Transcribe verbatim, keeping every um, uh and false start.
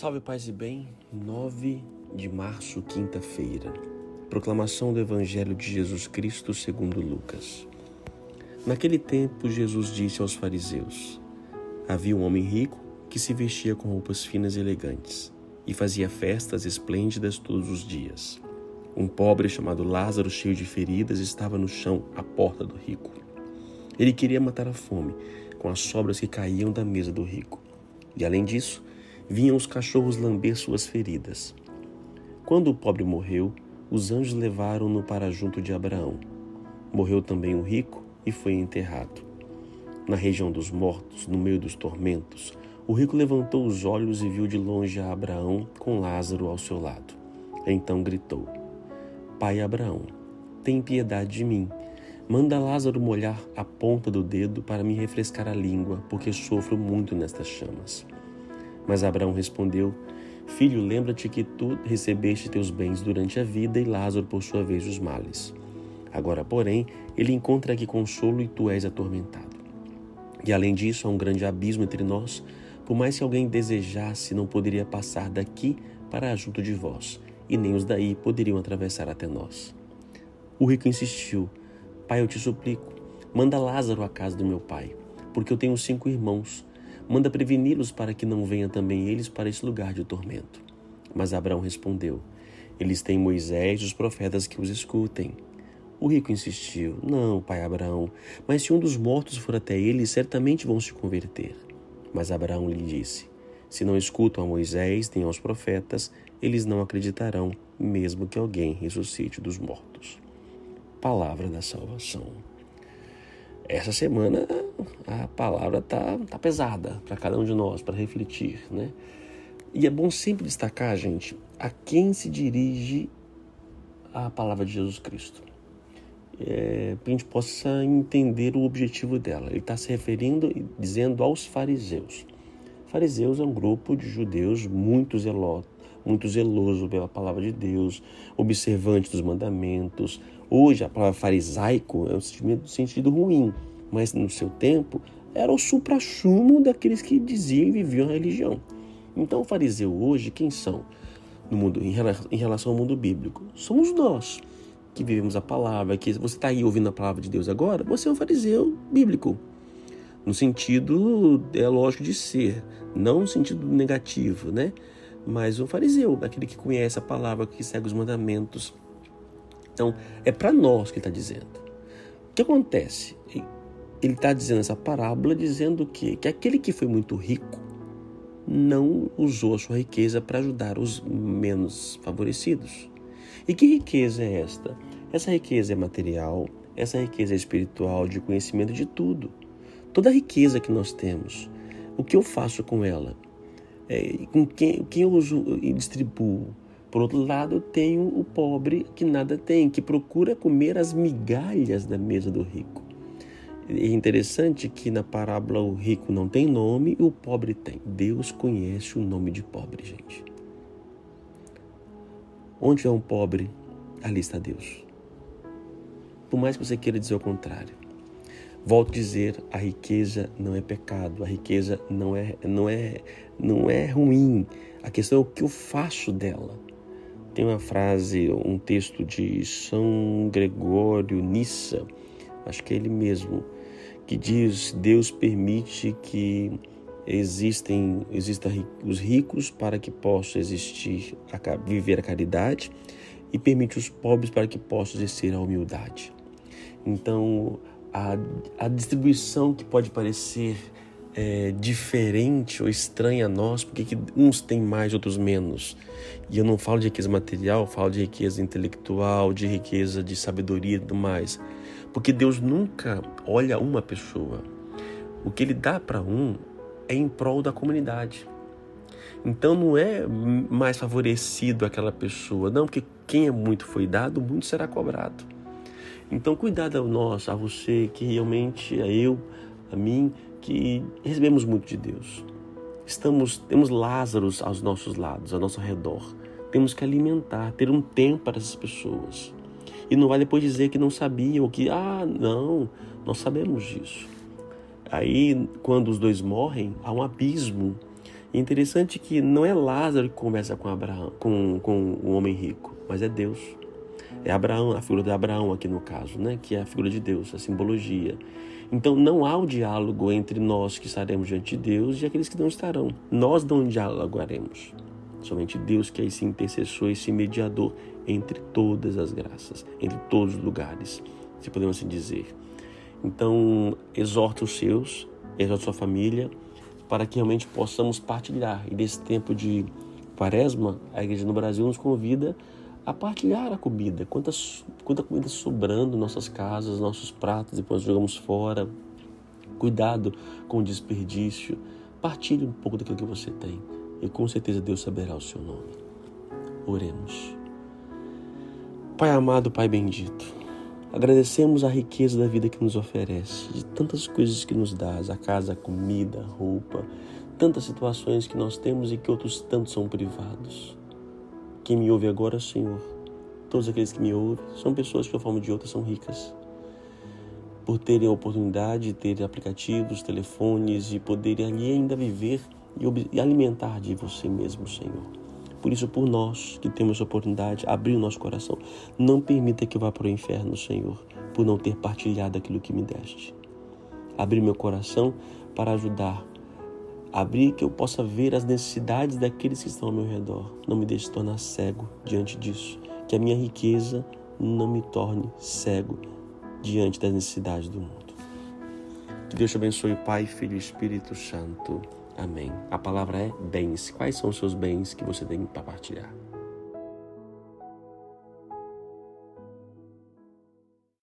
Salve, paz e bem, nove de março, quinta-feira. Proclamação do Evangelho de Jesus Cristo segundo Lucas. Naquele tempo, Jesus disse aos fariseus: havia um homem rico que se vestia com roupas finas e elegantes e fazia festas esplêndidas todos os dias. Um pobre chamado Lázaro, cheio de feridas, estava no chão à porta do rico. Ele queria matar a fome com as sobras que caíam da mesa do rico. E além disso, vinham os cachorros lamber suas feridas. Quando o pobre morreu, os anjos levaram-no para junto de Abraão. Morreu também o rico e foi enterrado. Na região dos mortos, no meio dos tormentos, o rico levantou os olhos e viu de longe a Abraão com Lázaro ao seu lado. Então gritou: Pai Abraão, tem piedade de mim. Manda Lázaro molhar a ponta do dedo para me refrescar a língua, porque sofro muito nestas chamas. Mas Abraão respondeu: Filho, lembra-te que tu recebeste teus bens durante a vida e Lázaro, por sua vez, os males. Agora, porém, ele encontra aqui consolo e tu és atormentado. E além disso, há um grande abismo entre nós. Por mais que alguém desejasse, não poderia passar daqui para junto de vós, e nem os daí poderiam atravessar até nós. O rico insistiu: Pai, eu te suplico, manda Lázaro à casa do meu pai, porque eu tenho cinco irmãos. Manda preveni-los para que não venham também eles para esse lugar de tormento. Mas Abraão respondeu: Eles têm Moisés e os profetas que os escutem. O rico insistiu: Não, pai Abraão, mas se um dos mortos for até eles, certamente vão se converter. Mas Abraão lhe disse: Se não escutam a Moisés nem aos profetas, eles não acreditarão, mesmo que alguém ressuscite dos mortos. Palavra da salvação. Essa semana a palavra está tá pesada para cada um de nós, para refletir, né? E é bom sempre destacar, gente, a quem se dirige a palavra de Jesus Cristo. É, para a gente possa entender o objetivo dela. Ele está se referindo e dizendo aos fariseus. Fariseus é um grupo de judeus muito zeloso, muito zeloso pela palavra de Deus, observante dos mandamentos. Hoje a palavra farisaico é um sentido, sentido ruim, mas no seu tempo era o suprassumo daqueles que diziam e viviam a religião. Então o fariseu hoje, quem são no mundo, em relação ao mundo bíblico? Somos nós que vivemos a palavra, que você está aí ouvindo a palavra de Deus agora, você é um fariseu bíblico. No sentido, é lógico, de ser, não no sentido negativo, né? Mas um fariseu, aquele que conhece a palavra, que segue os mandamentos. Então, é para nós que ele está dizendo. O que acontece? Ele está dizendo essa parábola, dizendo que, que aquele que foi muito rico não usou a sua riqueza para ajudar os menos favorecidos. E que riqueza é esta? Essa riqueza é material, essa riqueza é espiritual, de conhecimento de tudo. Toda a riqueza que nós temos, o que eu faço com ela? É, com quem, quem eu uso e distribuo? Por outro lado, eu tenho o pobre que nada tem, que procura comer as migalhas da mesa do rico. É interessante que na parábola o rico não tem nome e o pobre tem. Deus conhece o nome de pobre, gente. Onde é um pobre, ali está Deus. Por mais que você queira dizer o contrário. Volto a dizer, a riqueza não é pecado, a riqueza não é, não é, não é ruim. A questão é o que eu faço dela. Tem uma frase, um texto de São Gregório Nissa, acho que é ele mesmo, que diz: Deus permite que existem, existam os ricos para que possa existir, viver a caridade, e permite os pobres para que possam exercer a humildade. Então, a, a distribuição que pode parecer é, diferente ou estranha a nós, porque que uns têm mais, outros menos. E eu não falo de riqueza material, eu falo de riqueza intelectual, de riqueza de sabedoria e tudo mais. Porque Deus nunca olha uma pessoa. O que Ele dá para um é em prol da comunidade. Então não é mais favorecido aquela pessoa, não, porque quem é muito foi dado, muito será cobrado. Então cuidado a nós, a você, que realmente, a eu, a mim, que recebemos muito de Deus. Estamos, temos Lázaros aos nossos lados, ao nosso redor. Temos que alimentar, ter um tempo para essas pessoas. E não vai depois dizer que não sabia, ou que, ah, não, nós sabemos disso. Aí, quando os dois morrem, há um abismo. E interessante que não é Lázaro que conversa com Abraão, com, com o homem rico, mas é Deus. É Abraão, a figura de Abraão aqui no caso, né? Que é a figura de Deus, a simbologia. Então não há o diálogo entre nós que estaremos diante de Deus e aqueles que não estarão. Nós não dialogaremos. Somente Deus que é esse intercessor, esse mediador entre todas as graças, entre todos os lugares, se podemos assim dizer. Então exorta os seus, exorta sua família, para que realmente possamos partilhar. E nesse tempo de Quaresma, a Igreja no Brasil nos convida a partilhar a comida. Quantas, quanta comida sobrando em nossas casas, nossos pratos, depois jogamos fora. Cuidado com o desperdício. Partilhe um pouco daquilo que você tem. E com certeza Deus saberá o seu nome. Oremos. Pai amado, Pai bendito, agradecemos a riqueza da vida que nos oferece, de tantas coisas que nos dás, a casa, a comida, a roupa, tantas situações que nós temos e que outros tantos são privados. Quem me ouve agora, Senhor, todos aqueles que me ouvem, são pessoas que de uma forma ou de outra são ricas. Por terem a oportunidade de ter aplicativos, telefones e poderem ali ainda viver e alimentar de você mesmo, Senhor. Por isso, por nós que temos a oportunidade, abrir o nosso coração. Não permita que eu vá para o inferno, Senhor, por não ter partilhado aquilo que me deste. Abrir meu coração para ajudar. Abrir que eu possa ver as necessidades daqueles que estão ao meu redor. Não me deixe tornar cego diante disso. Que a minha riqueza não me torne cego diante das necessidades do mundo. Que Deus te abençoe, Pai, Filho e Espírito Santo. Amém. A palavra é bens. Quais são os seus bens que você tem para partilhar?